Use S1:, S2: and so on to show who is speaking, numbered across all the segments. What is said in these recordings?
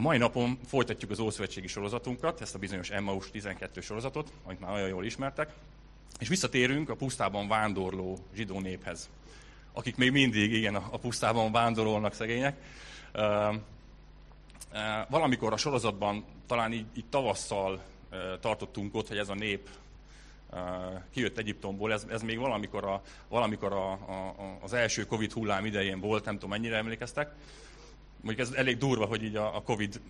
S1: A mai napon folytatjuk az ószövetségi sorozatunkat, ezt a bizonyos Emmaus 12 sorozatot, amit már olyan jól ismertek, és visszatérünk a pusztában vándorló zsidó néphez, akik még mindig igen, a pusztában vándorolnak szegények. Valamikor a sorozatban, talán így tavasszal tartottunk ott, hogy ez a nép kijött Egyiptomból, ez még valamikor az első Covid hullám idején volt, nem tudom mennyire emlékeztek. Mondjuk ez elég durva, hogy így a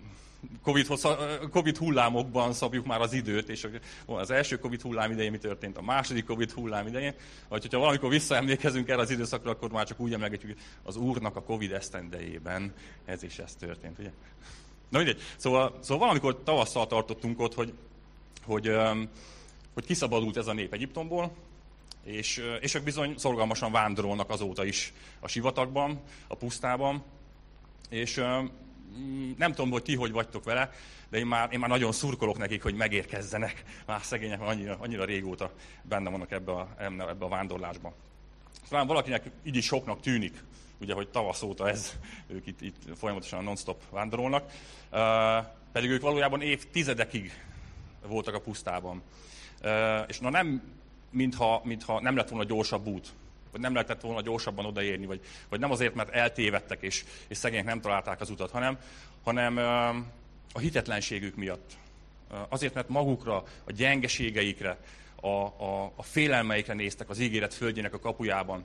S1: Covid hullámokban szabjuk már az időt, és az első Covid hullám idején mi történt, a második Covid hullám idején, vagy hogyha valamikor visszaemlékezünk erre az időszakra, akkor már csak úgy emlegetjük, hogy az Úrnak a Covid esztendejében ez is ez történt, ugye? Na mindegy. Szóval valamikor tavasszal tartottunk ott, hogy kiszabadult ez a nép Egyiptomból, és ők bizony szorgalmasan vándorolnak azóta is a sivatagban, a pusztában, és nem tudom, hogy ti hogy vagytok vele, de én már nagyon szurkolok nekik, hogy megérkezzenek. Már szegények annyira régóta benne vannak ebbe a vándorlásba. Talán valakinek így is soknak tűnik, ugye, hogy tavasz óta ők itt folyamatosan non-stop vándorolnak, pedig ők valójában évtizedekig voltak a pusztában. És nem, mintha nem lett volna gyorsabb út, vagy nem lehetett volna gyorsabban odaérni, vagy nem azért, mert eltévedtek, és szegények nem találták az utat, hanem a hitetlenségük miatt. Azért, mert magukra, a gyengeségeikre, a félelmeikre néztek az ígéret földjének a kapujában,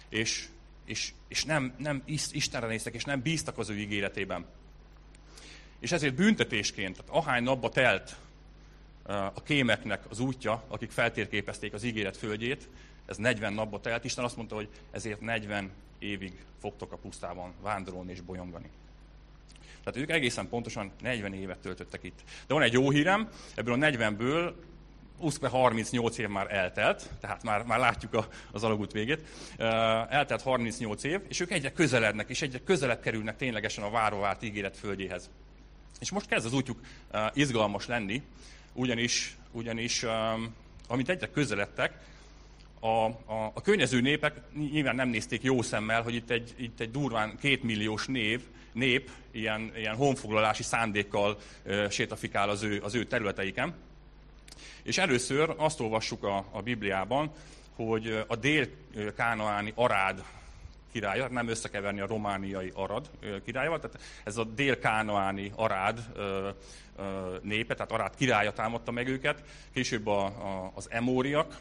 S1: és nem Istenre néztek, és nem bíztak az ő ígéretében. És ezért büntetésként, tehát ahány napba telt a kémeknek az útja, akik feltérképezték az ígéret földjét, ez 40 napba telt. Isten azt mondta, hogy ezért 40 évig fogtok a pusztában vándorolni és bolyongani. Tehát ők egészen pontosan 40 évet töltöttek itt. De van egy jó hírem, ebből a 40-ből 38 év már eltelt, tehát már látjuk az alagút végét. Eltelt 38 év, és ők egyre közelednek, és egyre közelebb kerülnek ténylegesen a várva várt ígéret földjéhez. És most kezd az útjuk izgalmas lenni, ugyanis amint egyre közeledtek, a környező népek nyilván nem nézték jó szemmel, hogy itt egy durván 2 milliós nép ilyen honfoglalási szándékkal sétafikál az ő területeiken. És először azt olvassuk a Bibliában, hogy a dél-kánaáni Arád királya, nem összekeverni a romániai Arad királyával, tehát ez a dél-kánaáni Arád népe, tehát Arád királya támadta meg őket, később az emóriak,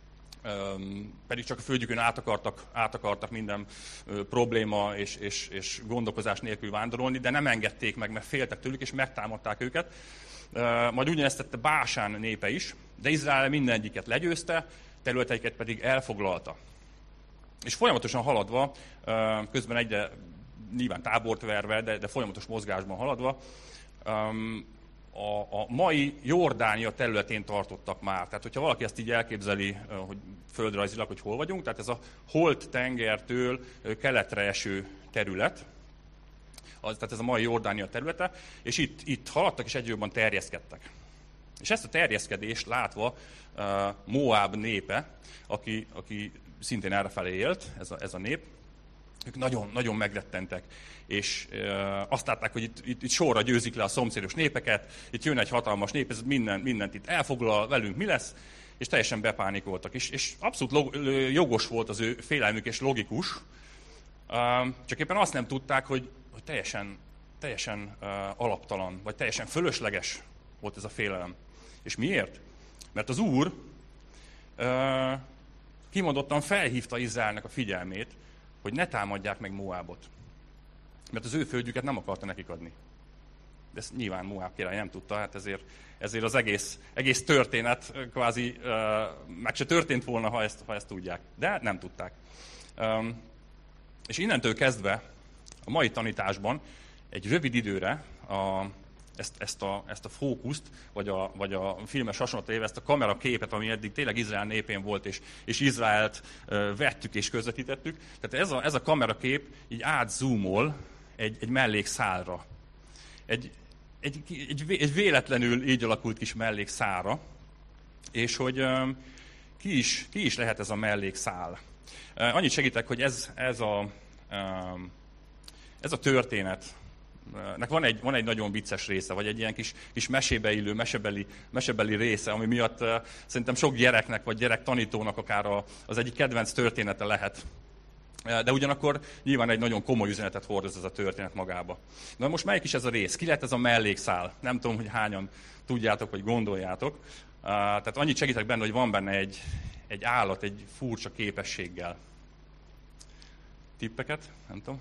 S1: pedig csak a földjükön át akartak minden probléma és gondokozás nélkül vándorolni, de nem engedték meg, mert féltek tőlük, és megtámadták őket. Majd ugyanezt tette Básán népe is, de Izrael mindegyiket legyőzte, területeiket pedig elfoglalta. És folyamatosan haladva, közben egyre nyilván tábort verve, de folyamatos mozgásban haladva, a mai Jordánia területén tartottak már. Tehát, hogyha valaki ezt így elképzeli, hogy földrajzilag, hogy hol vagyunk, tehát ez a Holt tengertől keletre eső terület, tehát ez a mai Jordánia területe, és itt haladtak és egyre jobban terjeszkedtek. És ezt a terjeszkedést látva Moab népe, aki szintén errefelé élt, ez a nép, ők nagyon, nagyon megrettentek, és azt látták, hogy itt sorra győzik le a szomszédos népeket, itt jön egy hatalmas nép, ez mindent itt elfoglal, velünk mi lesz, és teljesen bepánikoltak. És abszolút jogos volt az ő félelmük, és logikus, csak éppen azt nem tudták, hogy teljesen alaptalan, vagy teljesen fölösleges volt ez a félelem. És miért? Mert az Úr kimondottan felhívta Izraelnek a figyelmét, hogy ne támadják meg Moabot. Mert az ő földjüket nem akarta nekik adni. De ezt nyilván Moab király nem tudta, hát ezért az egész történet kvázi meg se történt volna, ha ezt tudják. De nem tudták. És innentől kezdve a mai tanításban egy rövid időre ezt a fókuszt, vagy a filmes hasonlatot éve, ezt a kameraképet, ami eddig tényleg Izrael népén volt, és Izraelt vettük és közvetítettük. Tehát ez a kamerakép így átzoomol egy mellékszálra. Egy véletlenül így alakult kis mellékszára, és hogy ki is lehet ez a mellékszál. Annyit segítek, hogy ez a történet van egy nagyon vicces része, vagy egy ilyen kis mesébe illő, mesebeli része, ami miatt szerintem sok gyereknek, vagy gyerektanítónak akár az egyik kedvenc története lehet. De ugyanakkor nyilván egy nagyon komoly üzenetet hordoz ez a történet magába. Na most melyik is ez a rész? Ki lehet ez a mellékszál? Nem tudom, hogy hányan tudjátok, vagy gondoljátok. Tehát annyit segítek benne, hogy van benne egy állat, egy furcsa képességgel. Tippeket? Nem tudom.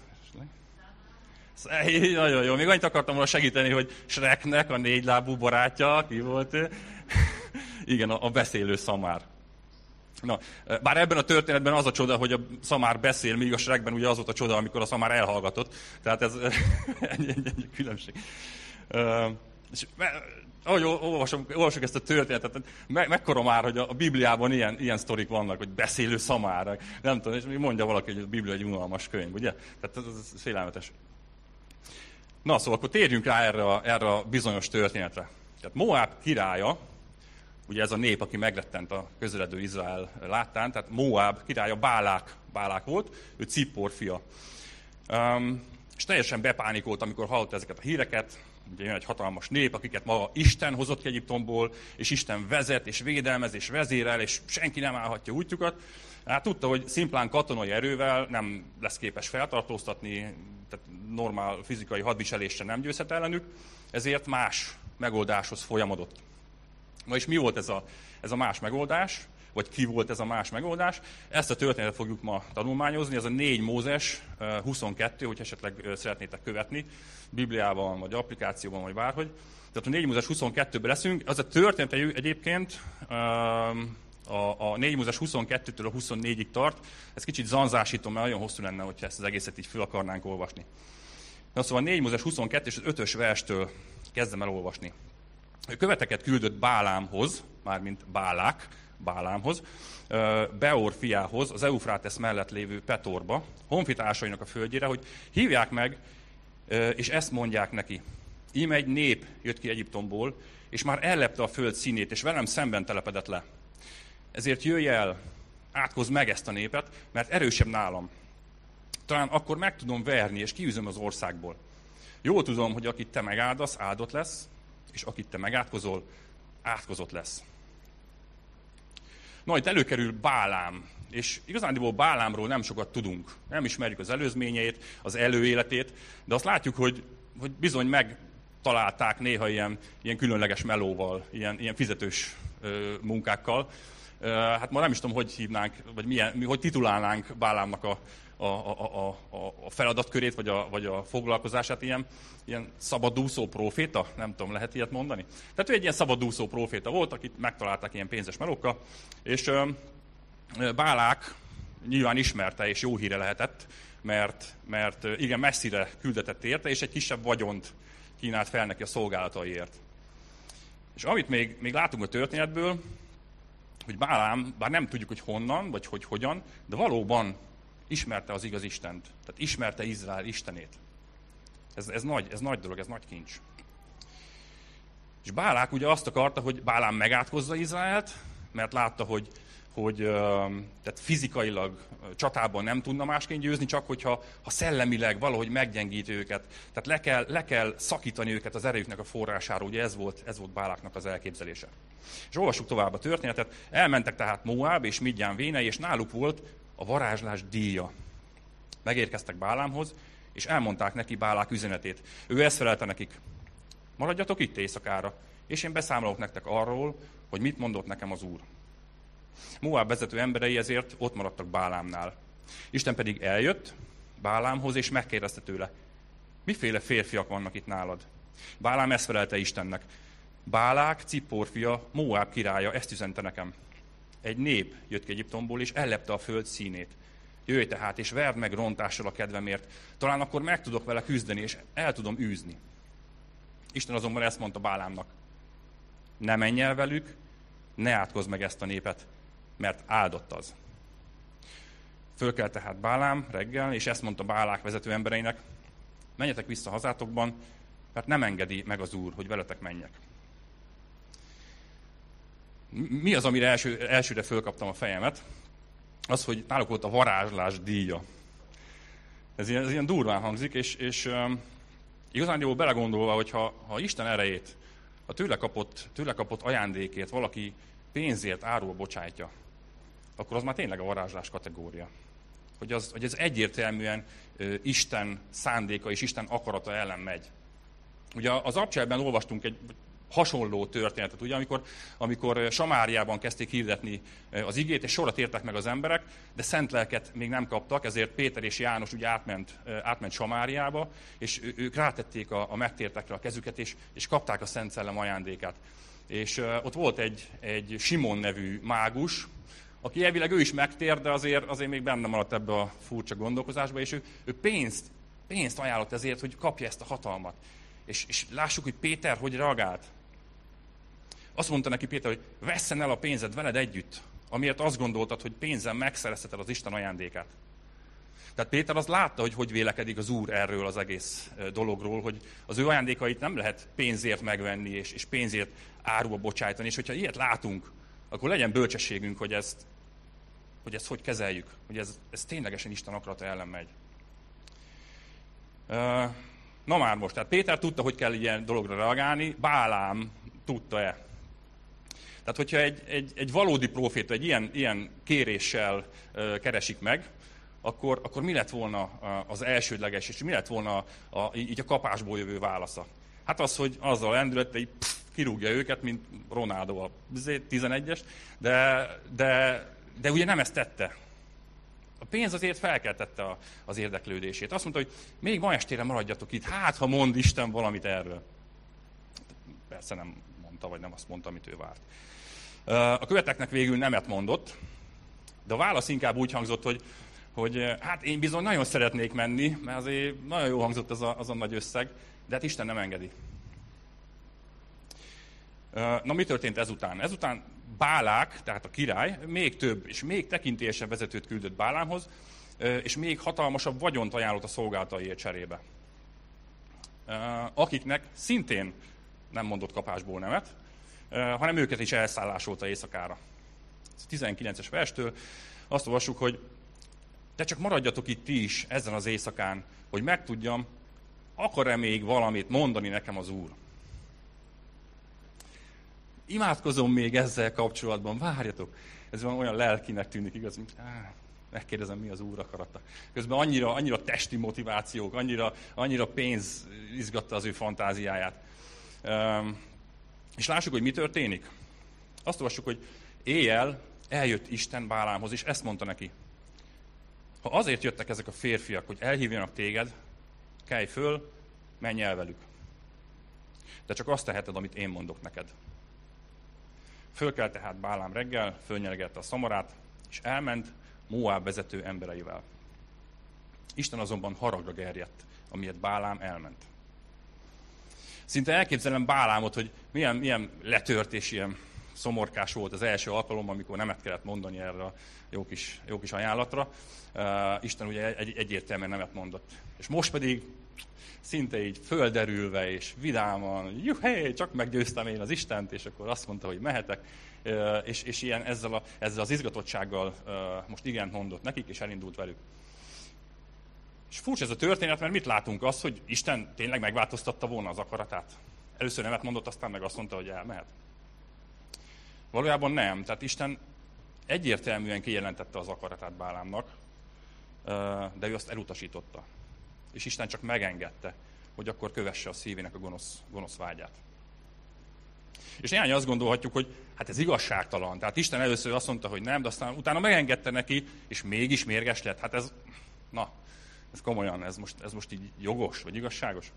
S1: Nagyon jó. Még annyit akartam volna segíteni, hogy Shreknek a 4 lábú barátja, ki volt ő? Igen, a beszélő szamár. Na, bár ebben a történetben az a csoda, hogy a szamár beszél, míg a Shrekben ugye az volt a csoda, amikor a szamár elhallgatott. Tehát ez egy különbség. És ahogy olvasok ezt a történetet, mekkora már, hogy a Bibliában ilyen sztorik vannak, hogy beszélő szamár. Nem tudom, és mondja valaki, hogy a Biblia egy unalmas könyv, ugye? Tehát ez félelmetes. Na, szóval akkor térjünk rá erre a bizonyos történetre. Tehát Moab királya, ugye ez a nép, aki megrettent a közeledő Izrael láttán, tehát Moab királya Bálák volt, ő Cippor fia. És teljesen bepánikolt, amikor hallotta ezeket a híreket. Ugye jön egy hatalmas nép, akiket maga Isten hozott ki Egyiptomból, és Isten vezet, és védelmez, és vezérel, és senki nem állhatja útjukat. Hát tudta, hogy szimplán katonai erővel nem lesz képes feltartóztatni, tehát normál fizikai hadviselésre nem győzhet ellenük, ezért más megoldáshoz folyamodott. Na és mi volt ez a más megoldás, vagy ki volt ez a más megoldás? Ezt a történetet fogjuk ma tanulmányozni, ez a 4 Mózes 22, hogy esetleg szeretnétek követni, Bibliában, vagy applikációban, vagy bárhogy. Tehát a 4 Mózes 22-ben leszünk. Az a történet egyébként a 4 Mózes 22-től a 24-ig tart. Ez kicsit zanzásítom, mert nagyon hosszú lenne, hogyha ezt az egészet így föl akarnánk olvasni. Na szóval 4 Mózes 22 és az 5-ös verstől kezdem el olvasni. Ő követeket küldött Bálámhoz, mármint Bálámhoz, Beor fiához, az Eufrátesz mellett lévő Petorba, honfitársainak a földjére, hogy hívják meg, és ezt mondják neki. Íme egy nép jött ki Egyiptomból, és már ellepte a föld színét, és velem szemben telepedett le. Ezért jöjj el, átkozd meg ezt a népet, mert erősebb nálam. Talán akkor meg tudom verni, és kiűzöm az országból. Jól tudom, hogy akit te megáldasz, áldott lesz, és akit te megátkozol, átkozott lesz. Na, itt előkerül Bálám, és igazándiból Bálámról nem sokat tudunk. Nem ismerjük az előzményeit, az előéletét, de azt látjuk, hogy bizony megtalálták néha ilyen különleges melóval, ilyen fizetős munkákkal. Hát ma nem is tudom, hogy hívnánk, vagy hogy titulálnánk Bálámnak a feladatkörét, vagy a foglalkozását, ilyen szabadúszó próféta, nem tudom, lehet ilyet mondani. Tehát ő egy ilyen szabadúszó próféta volt, akit megtalálták ilyen pénzes melókkal, és Bálák nyilván ismerte, és jó híre lehetett, mert igen, messzire küldetett érte, és egy kisebb vagyont kínált fel neki a szolgálataiért. És amit még látunk a történetből, hogy Bálám, bár nem tudjuk, hogy honnan, vagy hogy hogyan, de valóban ismerte az igaz Istent. Tehát ismerte Izrael Istenét. Ez nagy dolog, ez nagy kincs. És Bálák ugye azt akarta, hogy Bálám megátkozza Izraelt, mert látta, hogy tehát fizikailag csatában nem tudna másként győzni, csak hogyha szellemileg valahogy meggyengít őket. Tehát le kell szakítani őket az erejüknek a forrásáról, ugye ez volt Báláknak az elképzelése. És olvassuk tovább a történetet. Elmentek tehát Moab és Midján vénei, és náluk volt a varázslás díja. Megérkeztek Bálámhoz, és elmondták neki Bálák üzenetét. Ő ezt felelte nekik. Maradjatok itt éjszakára, és én beszámolok nektek arról, hogy mit mondott nekem az Úr. Moab vezető emberei ezért ott maradtak Bálámnál. Isten pedig eljött Bálámhoz, és megkérdezte tőle, miféle férfiak vannak itt nálad? Bálám ezt felelte Istennek. Bálák, Cippor fia, Moab királya, ezt üzente nekem. Egy nép jött ki Egyiptomból, és ellepte a föld színét. Jöjj tehát, és verd meg rontással a kedvemért. Talán akkor meg tudok vele küzdeni, és el tudom űzni. Isten azonban ezt mondta Bálámnak. Ne menj el velük, ne átkozd meg ezt a népet, mert áldott az. Fölkelt tehát Bálám reggel, és ezt mondta Bálák vezető embereinek, menjetek vissza hazátokban, mert nem engedi meg az Úr, hogy veletek menjek. Mi az, amire elsőre fölkaptam a fejemet? Az, hogy náluk volt a varázslás díja. Ez ilyen durván hangzik, és Igazándiból belegondolva, hogy ha Isten erejét, a tőle kapott ajándékét valaki pénzért árul bocsátja, akkor az már tényleg a varázslás kategória. Hogy ez egyértelműen Isten szándéka és Isten akarata ellen megy. Ugye az Abcselben olvastunk egy hasonló történetet, ugye, amikor Samáriában kezdték hirdetni az igét, és sorra tértek meg az emberek, de szent lelket még nem kaptak, ezért Péter és János ugye átment Samáriába, és ők rátették a megtértekre a kezüket, és kapták a Szent Szellem ajándékát. És ott volt egy Simon nevű mágus, aki elvileg ő is megtér, de azért még benne maradt ebbe a furcsa gondolkozásba, és ő pénzt ajánlott ezért, hogy kapja ezt a hatalmat. És lássuk, hogy Péter hogy reagált. Azt mondta neki Péter, hogy vesszen el a pénzed veled együtt, amiért azt gondoltad, hogy pénzzel megszerezheted az Isten ajándékát. Tehát Péter az látta, hogy vélekedik az Úr erről az egész dologról, hogy az ő ajándékait nem lehet pénzért megvenni, és pénzért áruba bocsájtani, és hogyha ilyet látunk, akkor legyen bölcsességünk, hogy ezt hogy kezeljük, hogy ez ténylegesen Isten akarata ellen megy. Na már most, tehát Péter tudta, hogy kell ilyen dologra reagálni, Bálám tudta-e? Tehát, hogyha egy valódi próféta egy ilyen kéréssel keresik meg, akkor mi lett volna az elsődleges, és mi lett volna így a kapásból jövő válasza? Hát az, hogy azzal lendülette, hogy kirúgja őket, mint Ronaldo a 11-es, de ugye nem ezt tette. A pénz azért felkeltette az érdeklődését. Azt mondta, hogy még ma estére maradjatok itt, hát ha mond Isten valamit erről. Persze nem mondta, vagy nem azt mondta, amit ő várt. A követeknek végül nemet mondott, de a válasz inkább úgy hangzott, hogy hát én bizony nagyon szeretnék menni, mert azért nagyon jó hangzott az a nagy összeg, de hát Isten nem engedi. Na, mi történt ezután? Ezután Bálák, tehát a király, még több és még tekintélyesebb vezetőt küldött Bálámhoz, és még hatalmasabb vagyont ajánlott a szolgálataiért cserébe. Akiknek szintén nem mondott kapásból nemet, hanem őket is elszállásolta éjszakára. 19-es verstől azt olvassuk, hogy de csak maradjatok itt ti is ezen az éjszakán, hogy megtudjam, akar-e még valamit mondani nekem az Úr. Imádkozom még ezzel kapcsolatban, várjatok. Ez olyan lelkinek tűnik, igaz, mint megkérdezem, mi az Úr akarata. Közben annyira testi motivációk, annyira pénz izgatta az ő fantáziáját. És lássuk, hogy mi történik. Azt olvassuk, hogy éjjel eljött Isten Bálámhoz, és ezt mondta neki. Ha azért jöttek ezek a férfiak, hogy elhívjanak téged, kelj föl, menj el velük. De csak azt teheted, amit én mondok neked. Fölkelt tehát Bálám reggel, fölnyelegette a szamarát, és elment Moáb vezető embereivel. Isten azonban haragra gerjedt, amiért Bálám elment. Szinte elképzelem Bálámot, hogy milyen letört és ilyen szomorkás volt az első alkalommal, amikor nemet kellett mondani erre a jó kis ajánlatra. Isten ugye egyértelműen nemet mondott. És most pedig szinte így földerülve és vidáman, juhé, csak meggyőztem én az Istent, és akkor azt mondta, hogy mehetek, és ilyen ezzel az izgatottsággal most igent mondott nekik, és elindult velük. És furcsa ez a történet, mert mit látunk? Azt, hogy Isten tényleg megváltoztatta volna az akaratát. Először nemet mondott, aztán meg azt mondta, hogy elmehet. Valójában nem. Tehát Isten egyértelműen kijelentette az akaratát Bálámnak, de ő azt elutasította. És Isten csak megengedte, hogy akkor kövesse a szívének a gonosz vágyát. És néhány azt gondolhatjuk, hogy hát ez igazságtalan. Tehát Isten először azt mondta, hogy nem, de aztán utána megengedte neki, és mégis mérges lett. Hát ez komolyan, ez most így jogos, vagy igazságos?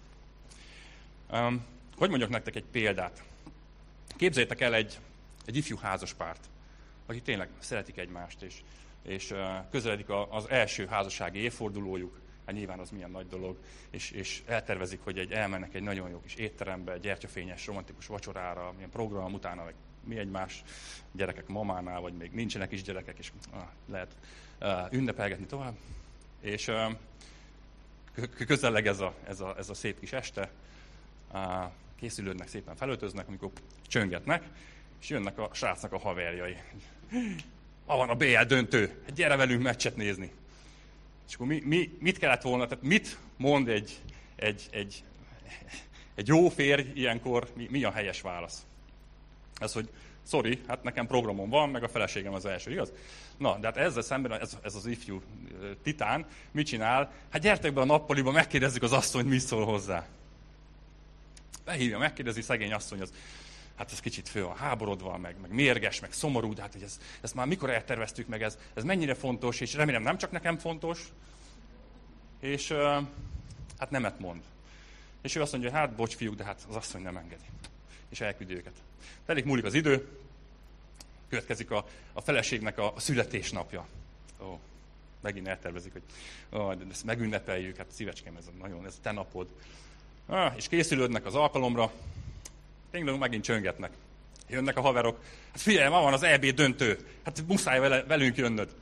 S1: Hogy mondjak nektek egy példát? Képzeljétek el egy ifjú házaspárt, akik tényleg szeretik egymást, és közeledik az első házassági évfordulójuk, hát nyilván az milyen nagy dolog, és eltervezik, hogy elmennek egy nagyon jó kis étterembe, gyertyafényes, romantikus vacsorára, milyen program, utána meg mi egymás, gyerekek mamánál, vagy még nincsenek is gyerekek, és lehet ünnepelgetni tovább. És közeleg ez a szép kis este, készülődnek, szépen felöltöznek, amikor csöngetnek, és jönnek a srácnak a haverjai. Ma van a BL döntő, gyere velünk meccset nézni. És akkor mit kellett volna, tehát mit mond egy egy jó férj ilyenkor mi a helyes válasz? Az, hogy sorry, hát nekem programom van, meg a feleségem az első, igaz? Na, de hát ezzel szemben ez az ifjú titán mit csinál? Hát gyertek be a nappaliba, megkérdezzük az asszonyt, mi szól hozzá. Behívja, megkérdezi, szegény asszony, hát ez kicsit fő van háborodva, meg mérges, meg szomorú, de hát hogy ezt már mikor elterveztük meg, ez mennyire fontos, és remélem nem csak nekem fontos, és hát nemet mond. És ő azt mondja, hogy hát bocs fiúk, de hát az asszony nem engedi. És elküldi őket. Telik múlik az idő, következik a feleségnek a születésnapja. Megint eltervezik, hogy de ezt megünnepeljük, hát szívecském, ez a te napod. És készülődnek az alkalomra, tényleg megint csöngetnek. Jönnek a haverok, hát figyelj, ma van az EB döntő, hát muszáj velünk jönnöd.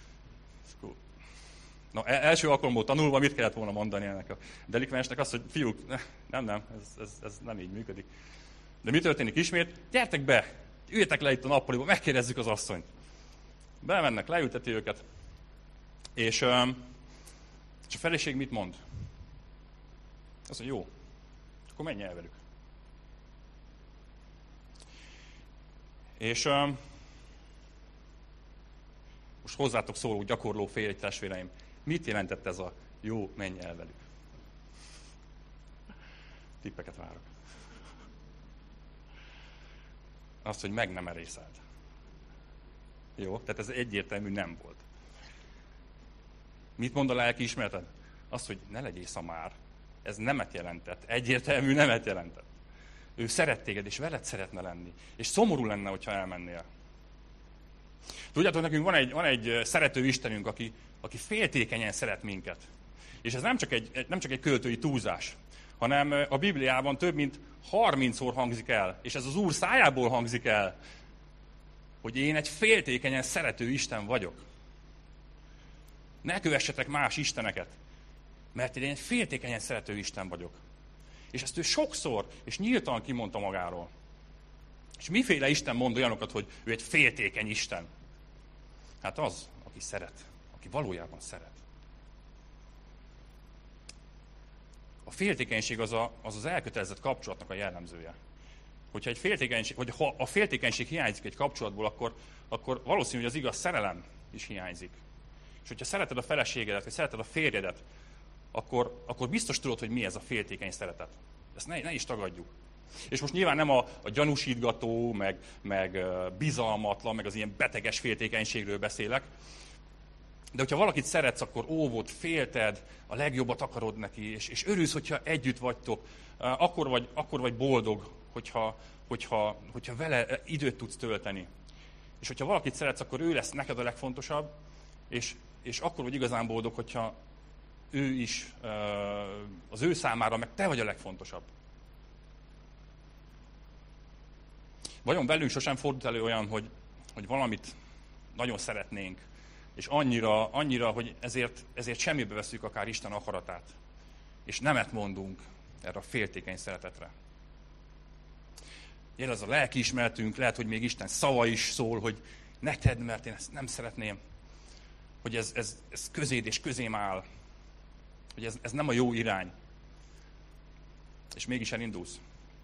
S1: Na, első alkalomból tanulva mit kellett volna mondani ennek a delikvensnek? Azt, hogy fiúk, nem, ez nem így működik. De mi történik ismét? Gyertek be, üljetek le itt a nappaliba, megkérdezzük az asszonyt. Bemennek, leülteti őket, és a feleség mit mond? Azt mondja, jó, akkor menj el velük. És most hozzátok szóló gyakorló férj testvéreim, mit jelentett ez a jó, menj el velük? Tippeket várok. Azt, hogy meg nem erészeld. Jó, tehát ez egyértelmű nem volt. Mit mond a lelki ismereted? Azt, hogy ne legyél szamár. Ez nemet jelentett. Egyértelmű nemet jelentett. Ő szeret téged, és veled szeretne lenni. És szomorú lenne, hogyha elmennél. Tudjátok, nekünk van egy szerető Istenünk, aki féltékenyen szeret minket. És ez nem csak egy költői túlzás, hanem a Bibliában több mint 30-szor hangzik el, és ez az Úr szájából hangzik el, hogy én egy féltékenyen szerető Isten vagyok. Ne kövessetek más isteneket, mert én egy féltékenyen szerető Isten vagyok. És ezt ő sokszor és nyíltan kimondta magáról. És miféle Isten mond olyanokat, hogy ő egy féltékeny Isten? Hát az, aki szeret, aki valójában szeret. A féltékenység az elkötelezett kapcsolatnak a jellemzője. Ha a féltékenység hiányzik egy kapcsolatból, akkor valószínű, hogy az igaz szerelem is hiányzik. És hogyha szereted a feleségedet, vagy szereted a férjedet, akkor biztos tudod, hogy mi ez a féltékeny szeretet. Ezt ne is tagadjuk. És most nyilván nem a gyanúsítgató, meg bizalmatlan, meg az ilyen beteges féltékenységről beszélek, de hogyha valakit szeretsz, akkor óvod, félted, a legjobbat akarod neki, és örülsz, hogyha együtt vagytok, akkor vagy boldog, hogyha vele időt tudsz tölteni. És hogyha valakit szeretsz, akkor ő lesz neked a legfontosabb, és akkor vagy igazán boldog, hogyha ő is, az ő számára meg te vagy a legfontosabb. Vajon velünk sosem fordult elő olyan, hogy valamit nagyon szeretnénk, és annyira, hogy ezért semmibe veszük akár Isten akaratát, és nemet mondunk erre a féltékeny szeretetre. Ez a lelkiismeretünk, lehet, hogy még Isten szava is szól, hogy ne tedd, mert én ezt nem szeretném, hogy ez közéd és közém áll, hogy ez nem a jó irány, és mégis elindulsz.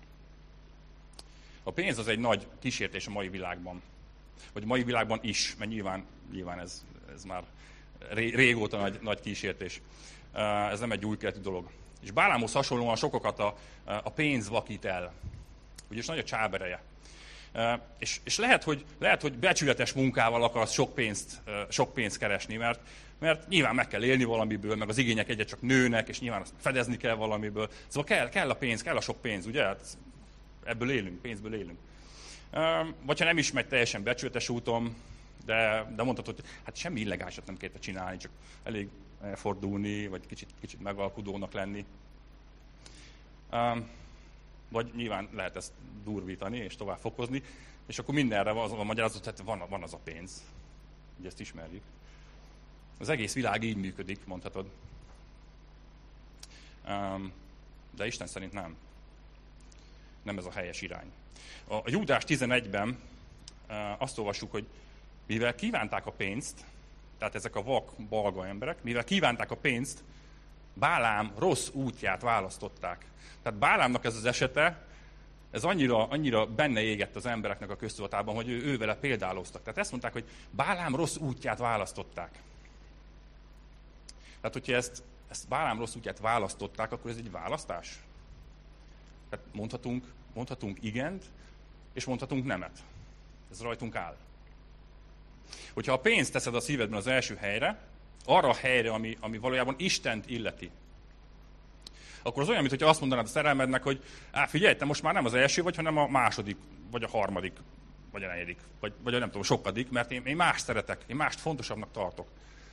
S1: A pénz az egy nagy kísértés a mai világban. Vagy a mai világban is, mert nyilván ez már régóta nagy kísértés. Ez nem egy új keletű dolog. És Bálámhoz hasonlóan sokakat a pénz vakít el. Ugyanis nagy a csábereje. És lehet, hogy becsületes munkával akarsz sok pénzt keresni, mert nyilván meg kell élni valamiből, meg az igények egyre csak nőnek, és nyilván azt fedezni kell valamiből. Szóval kell a pénz, kell a sok pénz, ugye? Hát ebből élünk, pénzből élünk. Vagy ha nem is megy teljesen becsületes úton, de mondhatod, hogy hát semmi illegálisat nem kellett csinálni, csak elég elfordulni, vagy kicsit megalkudónak lenni. Vagy nyilván lehet ezt durvítani és tovább fokozni, és akkor mindenre az a magyarázat, hogy van az a pénz. Ugye ezt ismerjük. Az egész világ így működik, mondhatod. De Isten szerint nem. Nem ez a helyes irány. A Júdás 11-ben azt olvassuk, hogy mivel kívánták a pénzt, tehát ezek a vak, balga emberek, mivel kívánták a pénzt, Bálám rossz útját választották. Tehát Bálámnak ez az esete, ez annyira benne égett az embereknek a köztudatában, hogy ő vele példáloztak. Tehát ezt mondták, hogy Bálám rossz útját választották. Tehát, hogyha ezt Bálám rossz útját választották, akkor ez egy választás. Tehát mondhatunk igent, és mondhatunk nemet. Ez rajtunk áll. Hogyha a pénzt teszed a szívedben az első helyre, arra a helyre, ami valójában Istent illeti, akkor az olyan, mintha azt mondanád a szerelmednek, hogy figyelj, te most már nem az első vagy, hanem a második, vagy a harmadik, vagy a negyedik, vagy a nem tudom, sokadik, mert én mást szeretek, én mást fontosabbnak tartok.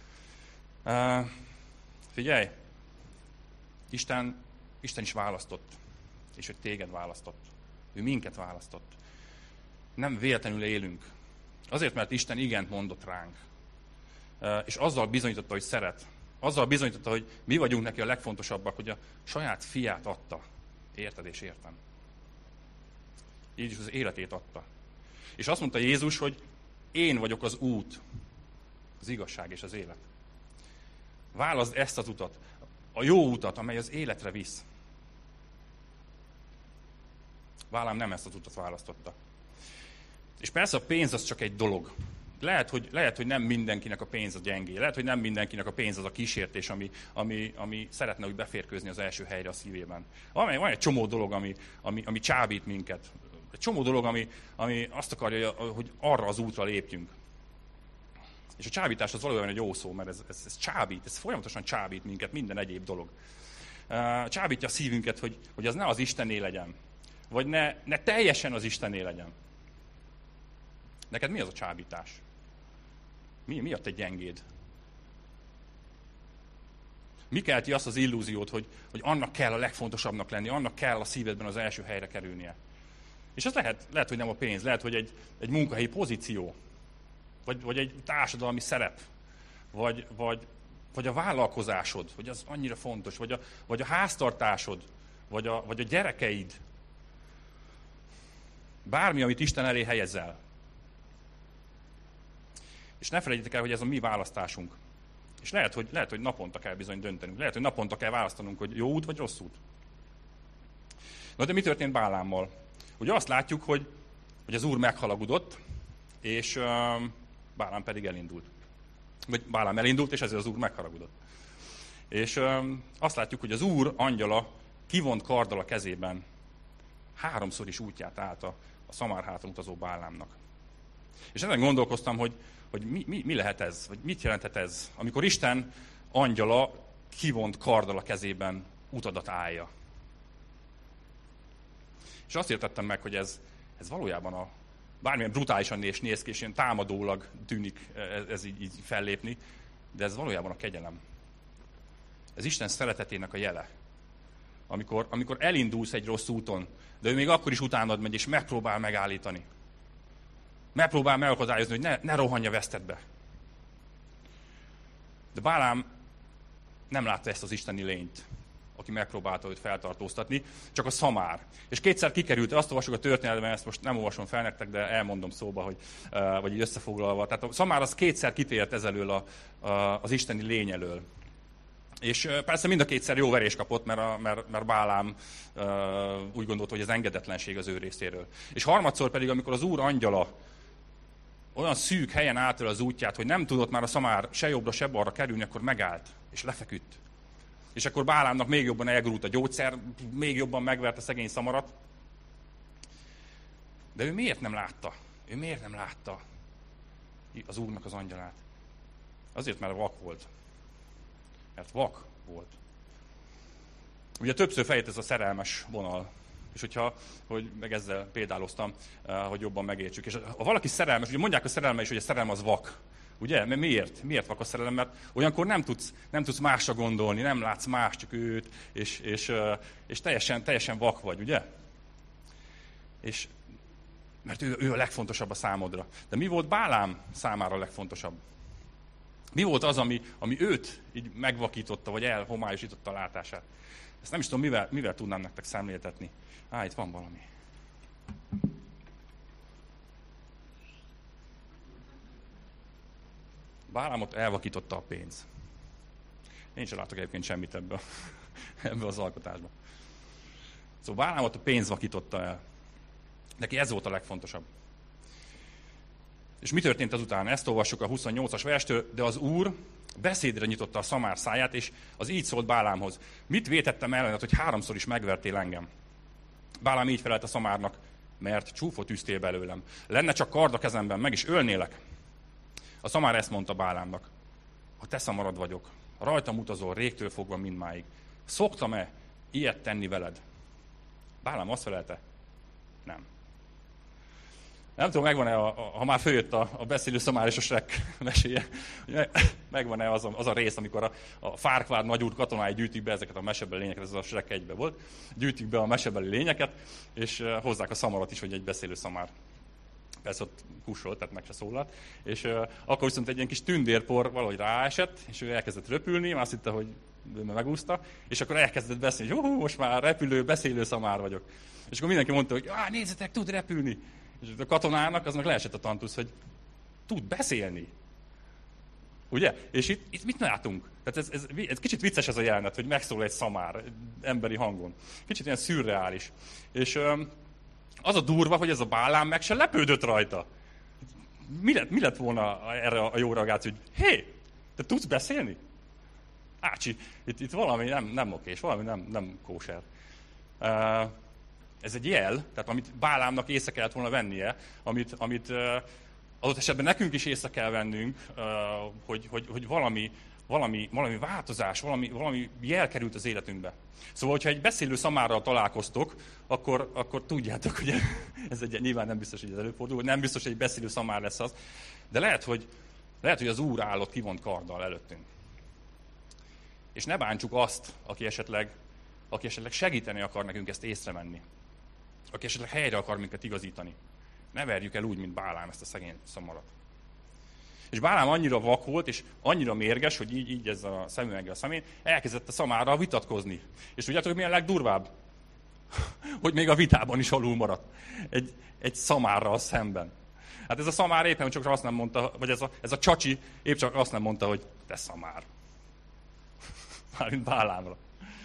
S1: Figyelj, Isten is választott, és hogy téged választott. Ő minket választott. Nem véletlenül élünk. Azért, mert Isten igent mondott ránk. És azzal bizonyította, hogy szeret. Azzal bizonyította, hogy mi vagyunk neki a legfontosabbak, hogy a saját fiát adta. Érted és értem. Így is az életét adta. És azt mondta Jézus, hogy én vagyok az út, az igazság és az élet. Válaszd ezt az utat, a jó utat, amely az életre visz. Bálám nem ezt az utat választotta. És persze a pénz az csak egy dolog. Lehet, hogy nem mindenkinek a pénz a gyengé. Lehet, hogy nem mindenkinek a pénz az a kísértés, ami szeretne úgy beférkőzni az első helyre a szívében. Van egy csomó dolog, ami csábít minket. Egy csomó dolog, ami azt akarja, hogy arra az útra lépjünk. És a csábítás az valójában egy jó szó, mert ez csábít, ez folyamatosan csábít minket, minden egyéb dolog. Csábítja a szívünket, hogy az ne az Istené legyen. Vagy ne teljesen az Istené legyen. Neked mi az a csábítás? Mi a te gyengéd? Mi kelti azt az illúziót, hogy annak kell a legfontosabbnak lenni, annak kell a szívedben az első helyre kerülnie? És ez lehet, hogy nem a pénz, lehet, hogy egy munkahelyi pozíció, vagy egy társadalmi szerep, vagy a vállalkozásod, hogy az annyira fontos, vagy a háztartásod, vagy a gyerekeid. Bármi, amit Isten elé helyezel. És ne felejtjétek el, hogy ez a mi választásunk. És lehet, hogy naponta kell bizony döntenünk. Lehet, hogy naponta kell választanunk, hogy jó út vagy rossz út. Na de mi történt Bálámmal? Ugye azt látjuk, hogy az Úr meghalagudott, és Bálám pedig elindult. Vagy Bálám elindult, és ezért az Úr megharagudott. És azt látjuk, hogy az Úr angyala kivont karddal a kezében 3-szor is útját állta a szamár háton utazó Bálámnak. És ezen gondolkoztam, hogy mi lehet ez, vagy mit jelenthet ez, amikor Isten angyala kivont karddal a kezében utadat állja. És azt értettem meg, hogy ez valójában bármilyen brutálisan néz ki, és ilyen támadólag tűnik ez így fellépni, de ez valójában a kegyelem. Ez Isten szeretetének a jele. Amikor elindulsz egy rossz úton, de ő még akkor is utánad megy, és megpróbál megállítani. Megpróbál megakadályozni, hogy ne rohanja vesztedbe. De Bálám nem látta ezt az isteni lényt, aki megpróbálta őt feltartóztatni, csak a szamár. És kétszer kikerült, azt olvasok a történetben, ezt most nem olvasom fel nektek, de elmondom szóba, vagy így összefoglalva. Tehát a szamár az kétszer kitért ezelől az isteni lény elől. És persze mind a kétszer jó verést kapott, mert Bálám úgy gondolta, hogy ez engedetlenség az ő részéről. És harmadszor pedig, amikor az Úr angyala olyan szűk helyen állt el az útját, hogy nem tudott már a szamár se jobbra, se balra kerülni, akkor megállt, és lefeküdt. És akkor Bálámnak még jobban elgurult a gyógyszer, még jobban megverte szegény szamarat. De ő miért nem látta? Ő miért nem látta az Úrnak az angyalát? Azért, mert vak volt. Mert vak volt. Ugye többször fejött ez a szerelmes vonal. És hogy meg ezzel példáloztam, hogy jobban megértsük. És ha valaki szerelmes, ugye mondják a szerelme is, hogy a szerelem az vak. Ugye? Mert miért? Miért vak a szerelem? Mert olyankor nem tudsz másra gondolni, nem látsz más, csak őt, és teljesen vak vagy, ugye? És mert ő a legfontosabb a számodra. De mi volt Bálám számára a legfontosabb? Mi volt az, ami őt így megvakította, vagy elhomályosította a látását? Ezt nem is tudom, mivel tudnám nektek szemléltetni. Itt van valami. Bálámot elvakította a pénz. Én sem látok egyébként semmit ebbe az alkotásban. Szóval Bálámot a pénz vakította el. Neki ez volt a legfontosabb. És mi történt azután? Ezt olvassuk a 28-as verstől, de az Úr beszédre nyitotta a szamár száját, és az így szólt Bálámhoz. Mit vétettem ellened, hogy 3-szor is megvertél engem? Bálám így felelt a szamárnak, mert csúfot űztél belőlem. Lenne csak kard a kezemben, meg is ölnélek. A szamár ezt mondta Bálámnak. A te szamarad vagyok, rajtam utazol régtől fogva mindmáig. Szoktam-e ilyet tenni veled? Bálám azt felelte, nem. Nem tudom, megvan-e, ha már följött a beszélő szamár és a Shrek meséje, megvan-e az a rész, amikor a Farquaad nagyúr katonái gyűjtik be ezeket a mesebeli lényeket, ez a Shrek 1-ben volt, gyűjtik be a mesebeli lényeket, és hozzák a szamarat is, hogy egy beszélő szamár. Persze ott kussolt, tehát meg se szólalt, és akkor viszont egy ilyen kis tündérpor valahogy ráesett, és ő elkezdett röpülni, azt hitte, hogy ő megúszta, és akkor elkezdett beszélni, hogy most már repülő, beszélő szamár vagyok. És akkor mindenki mondta, hogy nézzetek, tud repülni. És a katonának aznak leesett a tantusz, hogy tud beszélni. Ugye? És itt mit látunk? Tehát ez kicsit vicces ez a jelenet, hogy megszól egy szamár emberi hangon. Kicsit ilyen szürreális. És az a durva, hogy ez a Bálám meg se lepődött rajta. Mi lett volna erre a jó reagáció, hogy hé, te tudsz beszélni? Ácsi, itt valami nem okés, valami nem kóser. Ez egy jel, tehát amit Bálámnak észre kellett volna vennie, amit adott esetben nekünk is észre kell vennünk, hogy valami változás, valami jel került az életünkbe. Szóval, hogyha egy beszélő szamárral találkoztok, akkor tudjátok, hogy ez nyilván nem biztos, hogy ez előfordul, nem biztos, hogy egy beszélő szamár lesz az, de lehet, hogy az Úr állott kivont karddal előttünk. És ne bántsuk azt, aki esetleg segíteni akar nekünk ezt észrevenni. Aki esetleg helyre akar minket igazítani. Ne verjük el úgy, mint Bálám ezt a szegény szamarat. És Bálám annyira vak volt, és annyira mérges, hogy így ez a szemüveggel a szemén, elkezdett a szamárral vitatkozni. És tudjátok, hogy milyen legdurvább? Hogy még a vitában is alul maradt. Egy szamárral szemben. Hát ez a szamár éppen csak azt nem mondta, vagy ez a csacsi épp csak azt nem mondta, hogy te szamár. Mármint Bálámra.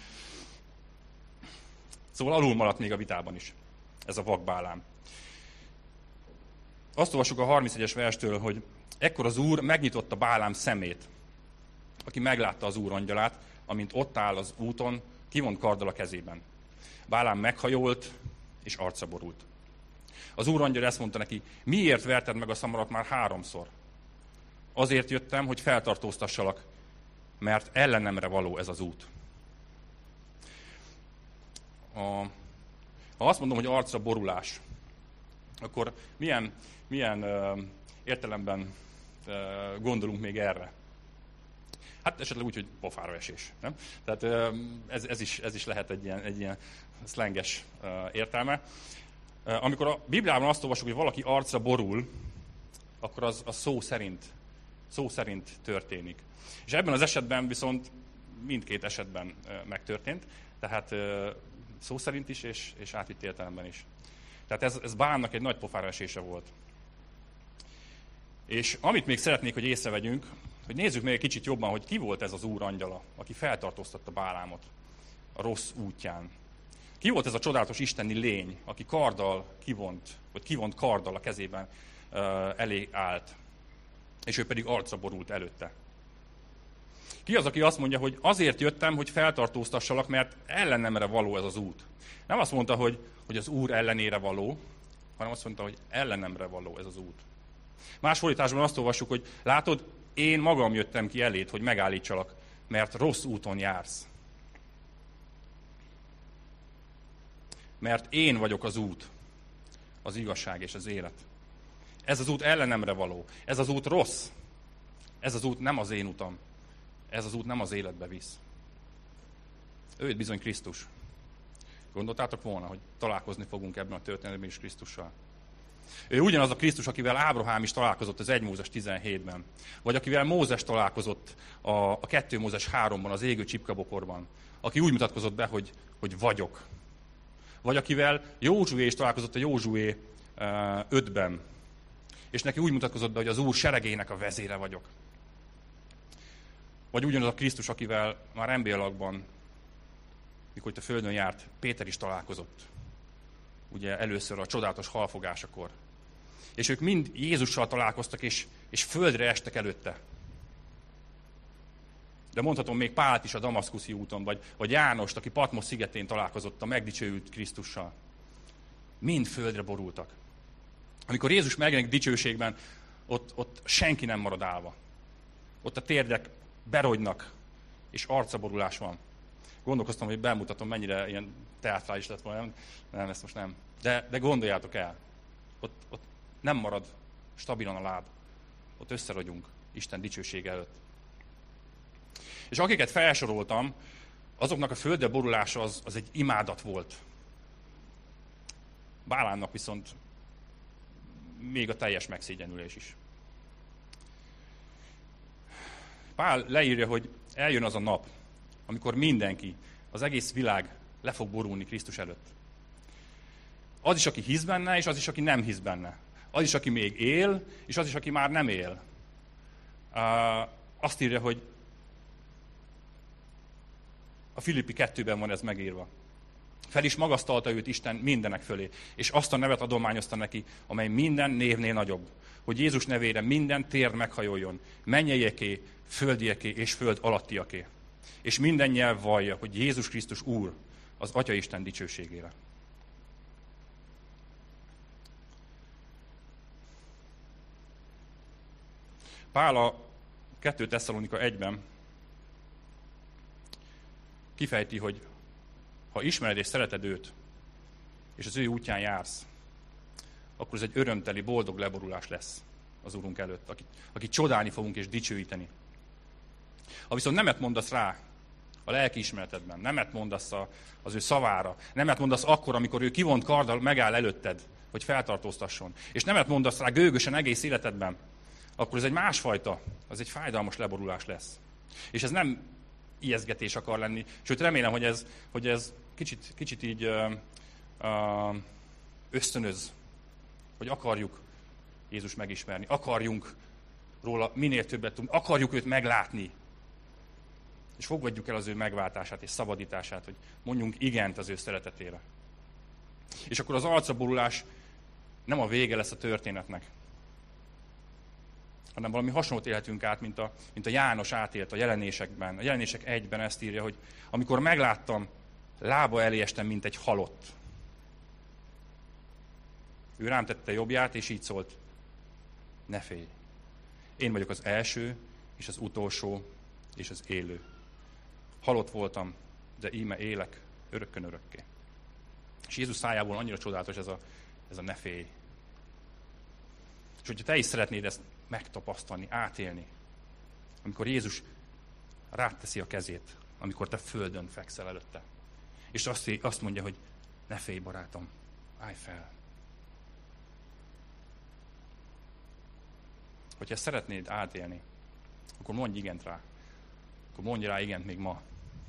S1: Szóval alul maradt még a vitában is. Ez a vak Bálám. Azt olvassuk a 31-es verstől, hogy ekkor az Úr megnyitotta Bálám szemét, aki meglátta az Úr angyalát, amint ott áll az úton, kivont karddal a kezében. Bálám meghajolt, és arcra borult. Az Úr angyal ezt mondta neki, miért verted meg a szamarat már 3-szor? Azért jöttem, hogy feltartóztassalak, mert ellenemre való ez az út. Ha azt mondom, hogy arcra borulás, akkor milyen értelemben gondolunk még erre? Hát esetleg úgy, hogy pofára esés. Nem? Tehát ez is lehet egy ilyen szlenges értelme. Amikor a Bibliában azt olvasjuk, hogy valaki arcra borul, akkor az szó szerint történik. És ebben az esetben viszont mindkét esetben megtörtént, tehát szó szerint is, és átvitt értelemben is. Tehát ez Bálámnak egy nagy pofára esése volt. És amit még szeretnék, hogy észrevegyünk, hogy nézzük még egy kicsit jobban, hogy ki volt ez az Úr angyala, aki feltartóztatta Bálámot a rossz útján. Ki volt ez a csodálatos isteni lény, aki kivont karddal a kezében elé állt, és ő pedig arcra borult előtte. Ki az, aki azt mondja, hogy azért jöttem, hogy feltartóztassalak, mert ellenemre való ez az út. Nem azt mondta, hogy az Úr ellenére való, hanem azt mondta, hogy ellenemre való ez az út. Más fordításban azt olvassuk, hogy látod, én magam jöttem ki eléd, hogy megállítsalak, mert rossz úton jársz. Mert én vagyok az út, az igazság és az élet. Ez az út ellenemre való. Ez az út rossz. Ez az út nem az én utam. Ez az út nem az életbe visz. Ő bizony Krisztus. Gondoltátok volna, hogy találkozni fogunk ebben a történetben is Krisztussal? Ő ugyanaz a Krisztus, akivel Ábrahám is találkozott az 1 Mózes 17-ben. Vagy akivel Mózes találkozott a 2 Mózes 3-ban, az égő csipkabokorban. Aki úgy mutatkozott be, hogy vagyok. Vagy akivel Józsué is találkozott a Józsué 5-ben. És neki úgy mutatkozott be, hogy az Úr seregének a vezére vagyok. Vagy ugyanaz a Krisztus, akivel már emberlakban, mikor itt a földön járt, Péter is találkozott. Ugye először a csodálatos halfogásakor. És ők mind Jézussal találkoztak, és földre estek előtte. De mondhatom még Pált is a damaszkuszi úton, vagy Jánost, aki Patmos szigetén találkozott a megdicsőült Krisztussal. Mind földre borultak. Amikor Jézus megjelenik dicsőségben, ott senki nem marad állva. Ott a térdek berogynak, és arcaborulás van. Gondolkoztam, hogy bemutatom, mennyire ilyen teátrális lett volna. Nem, ezt most nem. De gondoljátok el, ott nem marad stabilan a láb. Ott összeragyunk Isten dicsősége előtt. És akiket felsoroltam, azoknak a földre borulása az egy imádat volt. Bálánnak viszont még a teljes megszégyenülés is. Pál leírja, hogy eljön az a nap, amikor mindenki, az egész világ le fog borulni Krisztus előtt. Az is, aki hisz benne, és az is, aki nem hisz benne. Az is, aki még él, és az is, aki már nem él. Azt írja, hogy a Filippi 2-ben van ez megírva. Fel is magasztalta őt Isten mindenek fölé, és azt a nevet adományozta neki, amely minden névnél nagyobb, hogy Jézus nevére minden térd meghajoljon, mennyieké, földieké és föld alattiaké. És minden nyelv vallja, hogy Jézus Krisztus Úr, az Atya Isten dicsőségére. Pál a 2 Tesszalonika 1-ben kifejti, hogy ha ismered és szereted őt, és az ő útján jársz, akkor ez egy örömteli, boldog leborulás lesz az Úrunk előtt, akit csodálni fogunk és dicsőíteni. Ha viszont nemet mondasz rá a lelkiismeretedben, nemet mondasz az ő szavára, nemet mondasz akkor, amikor ő kivont karddal megáll előtted, hogy feltartóztasson, és nemet mondasz rá gőgösen egész életedben, akkor ez egy másfajta, az egy fájdalmas leborulás lesz. És ez nem ijesztgetés akar lenni, sőt remélem, hogy ez kicsit így ösztönöz, hogy akarjuk Jézus megismerni, akarjunk róla minél többet tudni, akarjuk őt meglátni, és fogadjuk el az ő megváltását és szabadítását, hogy mondjunk igent az ő szeretetére. És akkor az arcaborulás nem a vége lesz a történetnek, hanem valami hasonlót élhetünk át, mint a János átélt a Jelenésekben. A Jelenések 1-ben ezt írja, hogy amikor megláttam, lába elé estem, mint egy halott. Ő rám tette jobbját, és így szólt, ne félj. Én vagyok az első, és az utolsó, és az élő. Halott voltam, de íme élek örökkön örökké. És Jézus szájából annyira csodálatos ez a ne félj. És hogyha te is szeretnéd ezt megtapasztalni, átélni, amikor Jézus rád teszi a kezét, amikor te földön fekszel előtte. És azt mondja, hogy ne félj, barátom, állj fel. Hogyha ezt szeretnéd átélni, akkor mondj igent rá. Akkor mondj rá igent még ma.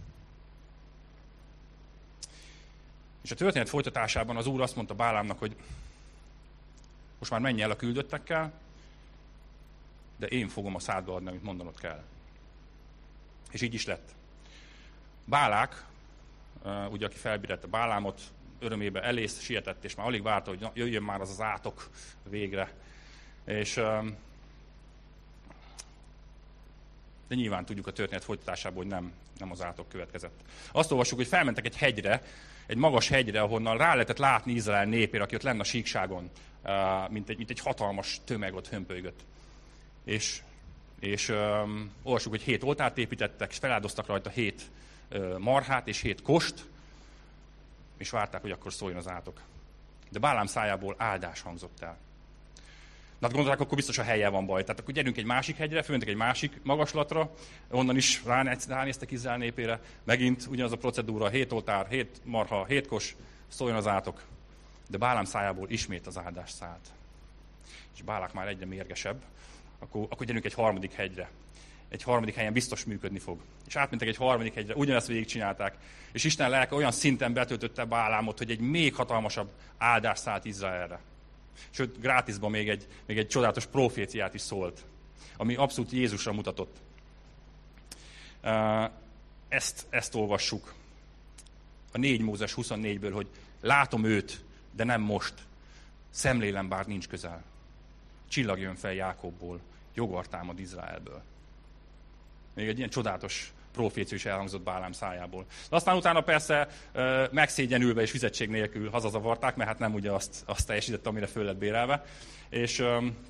S1: És a történet folytatásában az Úr azt mondta Bálámnak, hogy most már menj el a küldöttekkel, de én fogom a szádba adni, amit mondanod kell. És így is lett. Bálák, ugye aki felbírálta Bálámot, örömébe elész, sietett, és már alig várta, hogy jöjjön már az az átok végre. De nyilván tudjuk a történet folytatásából, hogy nem az átok következett. Azt olvassuk, hogy felmentek egy hegyre, egy magas hegyre, ahonnan rá lehetett látni Izrael népére, aki ott lenne a síkságon, mint egy hatalmas tömeg ott hömpölygött. És olvassuk, hogy 7 oltárt építettek, és feláldoztak rajta 7 marhát és 7 kost, és várták, hogy akkor szóljon az átok. De Bálám szájából áldás hangzott el. Na, gondolták, akkor biztos a helyen van baj. Tehát akkor gyerünk egy másik hegyre, fölmentek egy másik magaslatra, onnan is ránéztek Izrael népére, megint ugyanaz a procedúra, 7 oltár, 7 marha, 7 kos, szóljon az átok. De Bálám szájából ismét az áldás szállt. És Bálák már egyre mérgesebb, akkor gyerünk egy harmadik hegyre. Egy harmadik helyen biztos működni fog. És átmentek egy harmadik hegyre, ugyanezt végigcsinálták. És Isten lelke olyan szinten betöltötte Bálámot, hogy egy még hatalmasabb áldás szállt Izraelre. Sőt, grátisban még egy csodálatos proféciát is szólt, ami abszolút Jézusra mutatott. Ezt olvassuk a 4 Mózes 24-ből, hogy látom őt, de nem most. Szemlélem, bár nincs közel. Csillag jön fel Jákobból, jogor támad Izraelből. Még egy ilyen csodálatos profécia is elhangzott Bálám szájából. De aztán utána persze megszégyenülve és fizetség nélkül hazazavarták, mert hát nem ugye azt teljesítette, amire föl lett bérelve. És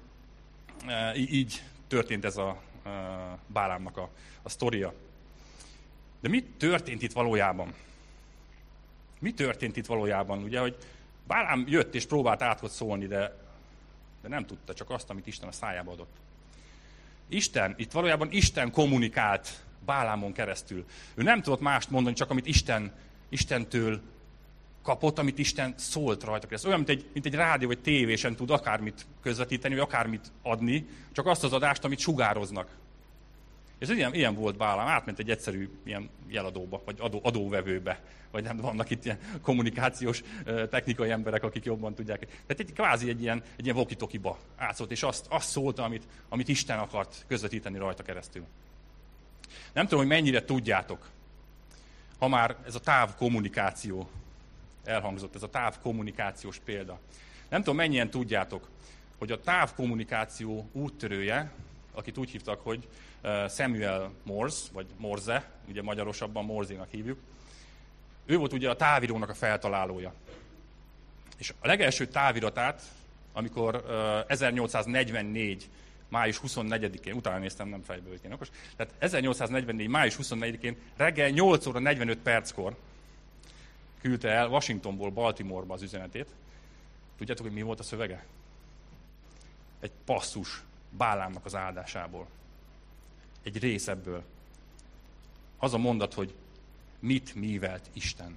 S1: így történt ez a Bálámnak a sztoria. De mi történt itt valójában? Mi történt itt valójában? Ugye, hogy Bálám jött és próbált átkot szólni, de nem tudta, csak azt, amit Isten a szájába adott. Itt valójában Isten kommunikált Bálámon keresztül. Ő nem tudott mást mondani, csak amit Istentől kapott, amit Isten szólt rajta keresztül. Olyan, mint egy rádió vagy tévésen tud akármit közvetíteni, vagy akármit adni, csak azt az adást, amit sugároznak. És ilyen volt Bálám, átment egy egyszerű ilyen jeladóba, vagy adóvevőbe, vagy nem vannak itt ilyen kommunikációs technikai emberek, akik jobban tudják. Tehát kvázi egy ilyen walkie-talkie-ba átszólt, és azt szólta, amit Isten akart közvetíteni rajta keresztül. Nem tudom, hogy mennyire tudjátok, ha már ez a távkommunikáció elhangzott, ez a távkommunikációs példa. Nem tudom, mennyien tudjátok, hogy a távkommunikáció úttörője, akit úgy hívtak, hogy Samuel Morse, vagy Morse, ugye magyarosabban Morzénak hívjuk, ő volt ugye a távírónak a feltalálója. És a legelső táviratát, amikor 1844. május 24-én, utána néztem, nem fejből én okos, tehát 1844. május 24-én reggel 8 óra 45 perckor küldte el Washingtonból Baltimoreba az üzenetét. Tudjátok, hogy mi volt a szövege? Egy passzus Bálámnak az áldásából. Egy rész ebből. Az a mondat, hogy mit művelt Isten.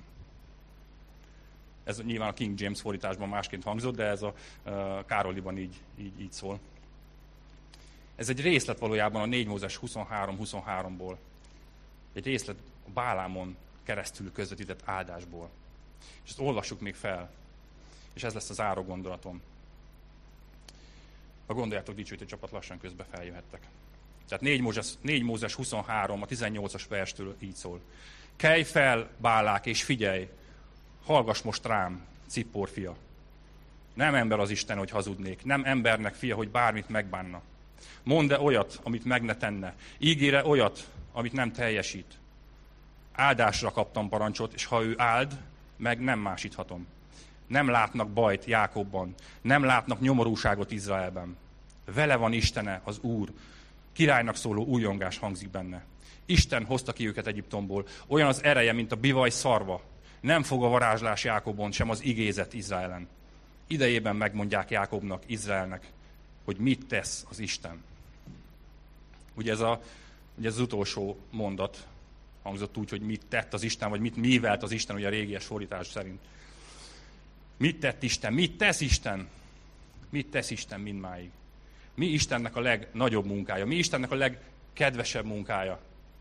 S1: Ez nyilván a King James fordításban másként hangzott, de ez a Károliban így szól. Ez egy részlet valójában a 4 Mózes 23-23-ból. Egy részlet a Bálámon keresztül közvetített áldásból. És ezt olvassuk még fel. És ez lesz az záró gondolatom. Ha gondoljátok, dicsőítő csapat, lassan közbe feljöhettek. Tehát 4 Mózes 23, a 18-as verstől így szól. Kelj fel, Bálák, és figyelj! Hallgass most rám, Cippor fia! Nem ember az Isten, hogy hazudnék. Nem embernek fia, hogy bármit megbánna. Mondd-e olyat, amit meg ne tenne. Ígére olyat, amit nem teljesít. Áldásra kaptam parancsot, és ha ő áld, meg nem másíthatom. Nem látnak bajt Jákobban, nem látnak nyomorúságot Izraelben. Vele van Istene, az Úr. Királynak szóló újongás hangzik benne. Isten hozta ki őket Egyiptomból. Olyan az ereje, mint a bivaj szarva. Nem fog a varázslás Jákobon, sem az igézet Izraelen. Idejében megmondják Jákobnak, Izraelnek, hogy mit tesz az Isten. Ugye ez az utolsó mondat hangzott úgy, hogy mit tett az Isten, vagy mit művelt az Isten, ugye a régies fordítás szerint. Mit tett Isten? Mit tesz Isten? Mit tesz Isten mindmáig? Mi Istennek a legnagyobb munkája? Mi Istennek a legkedvesebb munkája?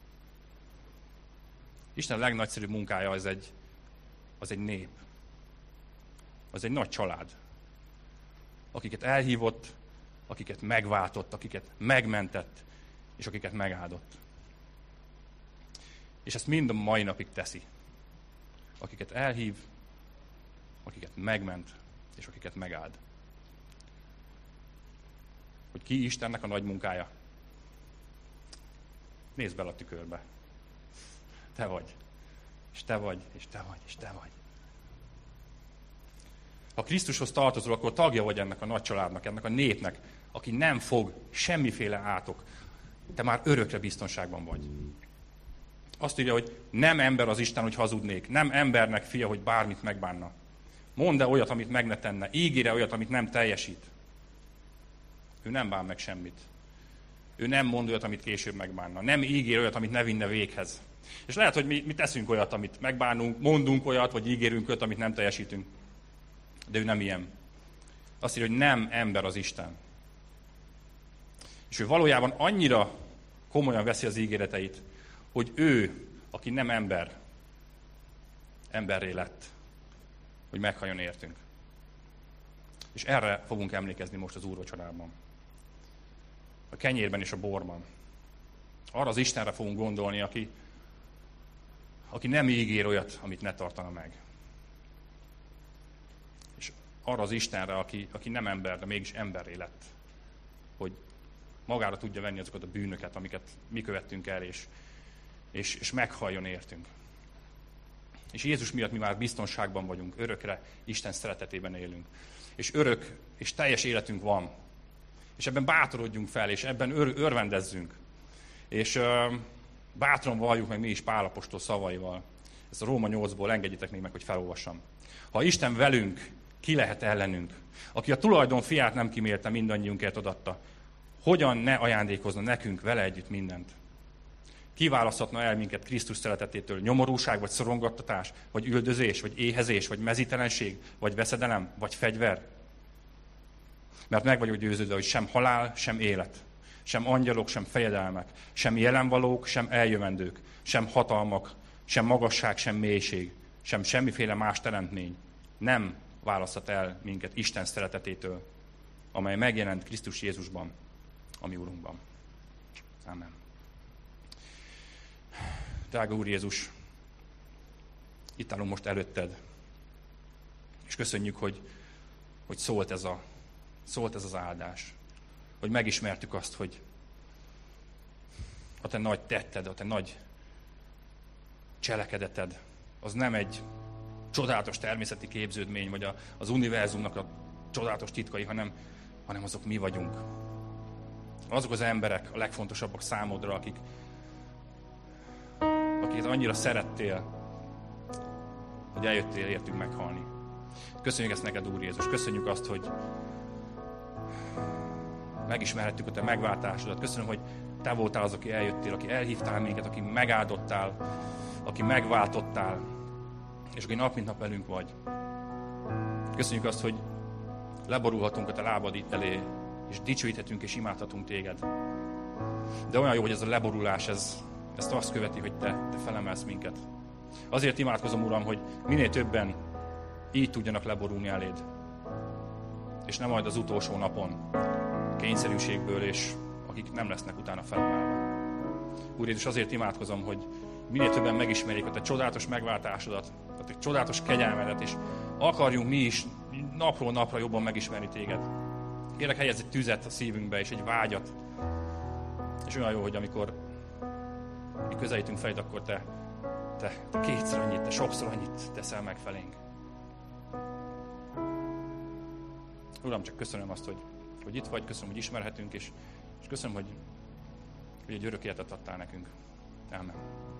S1: Isten a legnagyszerűbb munkája az egy nép. Az egy nagy család. Akiket elhívott, akiket megváltott, akiket megmentett, és akiket megáldott. És ezt mind a mai napig teszi. Akiket elhív, akiket megment, és akiket megáld. Hogy ki Istennek a nagy munkája? Nézd bele a tükörbe. Te vagy. És te vagy, és te vagy, és te vagy. Ha Krisztushoz tartozol, akkor tagja vagy ennek a nagy családnak, ennek a népnek, aki nem fog semmiféle átok. Te már örökre biztonságban vagy. Azt írja, hogy nem ember az Isten, hogy hazudnék. Nem embernek fia, hogy bármit megbánna. Mondd-e olyat, amit meg ne tenne. Ígére olyat, amit nem teljesít. Ő nem bán meg semmit. Ő nem mond olyat, amit később megbánna. Nem ígér olyat, amit ne vinne véghez. És lehet, hogy mi teszünk olyat, amit megbánunk, mondunk olyat, vagy ígérünk olyat, amit nem teljesítünk. De ő nem ilyen. Azt írja, hogy nem ember az Isten. És ő valójában annyira komolyan veszi az ígéreteit, hogy ő, aki nem ember, emberré lett, hogy meghalljon értünk. És erre fogunk emlékezni most az úrvacsorában. A kenyérben és a borban. Arra az Istenre fogunk gondolni, aki nem ígér olyat, amit ne tartana meg. És arra az Istenre, aki nem ember, de mégis emberré lett, hogy magára tudja venni azokat a bűnöket, amiket mi követtünk el, és meghalljon értünk. És Jézus miatt mi már biztonságban vagyunk, örökre Isten szeretetében élünk. És örök és teljes életünk van. És ebben bátorodjunk fel, és ebben örvendezzünk. És bátran valljuk meg mi is Pál apostol szavaival. Ezt a Róma 8-ból engedjétek még meg, hogy felolvassam. Ha Isten velünk, ki lehet ellenünk? Aki a tulajdon fiát nem kímélte, mindannyiunkért odatta. Hogyan ne ajándékozna nekünk vele együtt mindent? Kiválaszthatna el minket Krisztus szeretetétől nyomorúság, vagy szorongattatás, vagy üldözés, vagy éhezés, vagy mezítelenség, vagy veszedelem, vagy fegyver? Mert meg vagyok győződve, hogy sem halál, sem élet, sem angyalok, sem fejedelmek, sem jelenvalók, sem eljövendők, sem hatalmak, sem magasság, sem mélység, sem semmiféle más teremtmény nem választhat el minket Isten szeretetétől, amely megjelent Krisztus Jézusban, a mi Urunkban. Amen. Drága Úr Jézus, itt állunk most előtted, és köszönjük, hogy szólt ez az áldás, hogy megismertük azt, hogy a te nagy tetted, a te nagy cselekedeted, az nem egy csodálatos természeti képződmény, vagy az univerzumnak a csodálatos titkai, hanem azok mi vagyunk. Azok az emberek a legfontosabbak számodra, akiket annyira szerettél, hogy eljöttél értünk meghalni. Köszönjük ezt neked, Úr Jézus. Köszönjük azt, hogy megismerhettük a te megváltásodat. Köszönöm, hogy te voltál az, aki eljöttél, aki elhívtál minket, aki megáldottál, aki megváltottál, és aki nap mint nap velünk vagy. Köszönjük azt, hogy leborulhatunk a te lábad elé, és dicsőíthetünk és imádhatunk téged. De olyan jó, hogy ez a leborulás, ezt azt követi, hogy te felemelsz minket. Azért imádkozom, Uram, hogy minél többen így tudjanak leborulni eléd. És nem majd az utolsó napon, kényszerűségből, és akik nem lesznek utána felemelve. Úr Jézus, azért imádkozom, hogy minél többen megismerjék a te csodálatos megváltásodat, a te csodálatos kegyelmedet, és akarjunk mi is napról napra jobban megismerni téged. Kérlek, helyezz egy tüzet a szívünkbe, és egy vágyat. És olyan jó, hogy amikor mi közelítünk feléd, akkor te kétszer annyit, te sokszor annyit teszel meg felénk. Uram, csak köszönöm azt, hogy itt vagy, köszönöm, hogy ismerhetünk, és köszönöm, hogy egy örök életet adtál nekünk. Amen.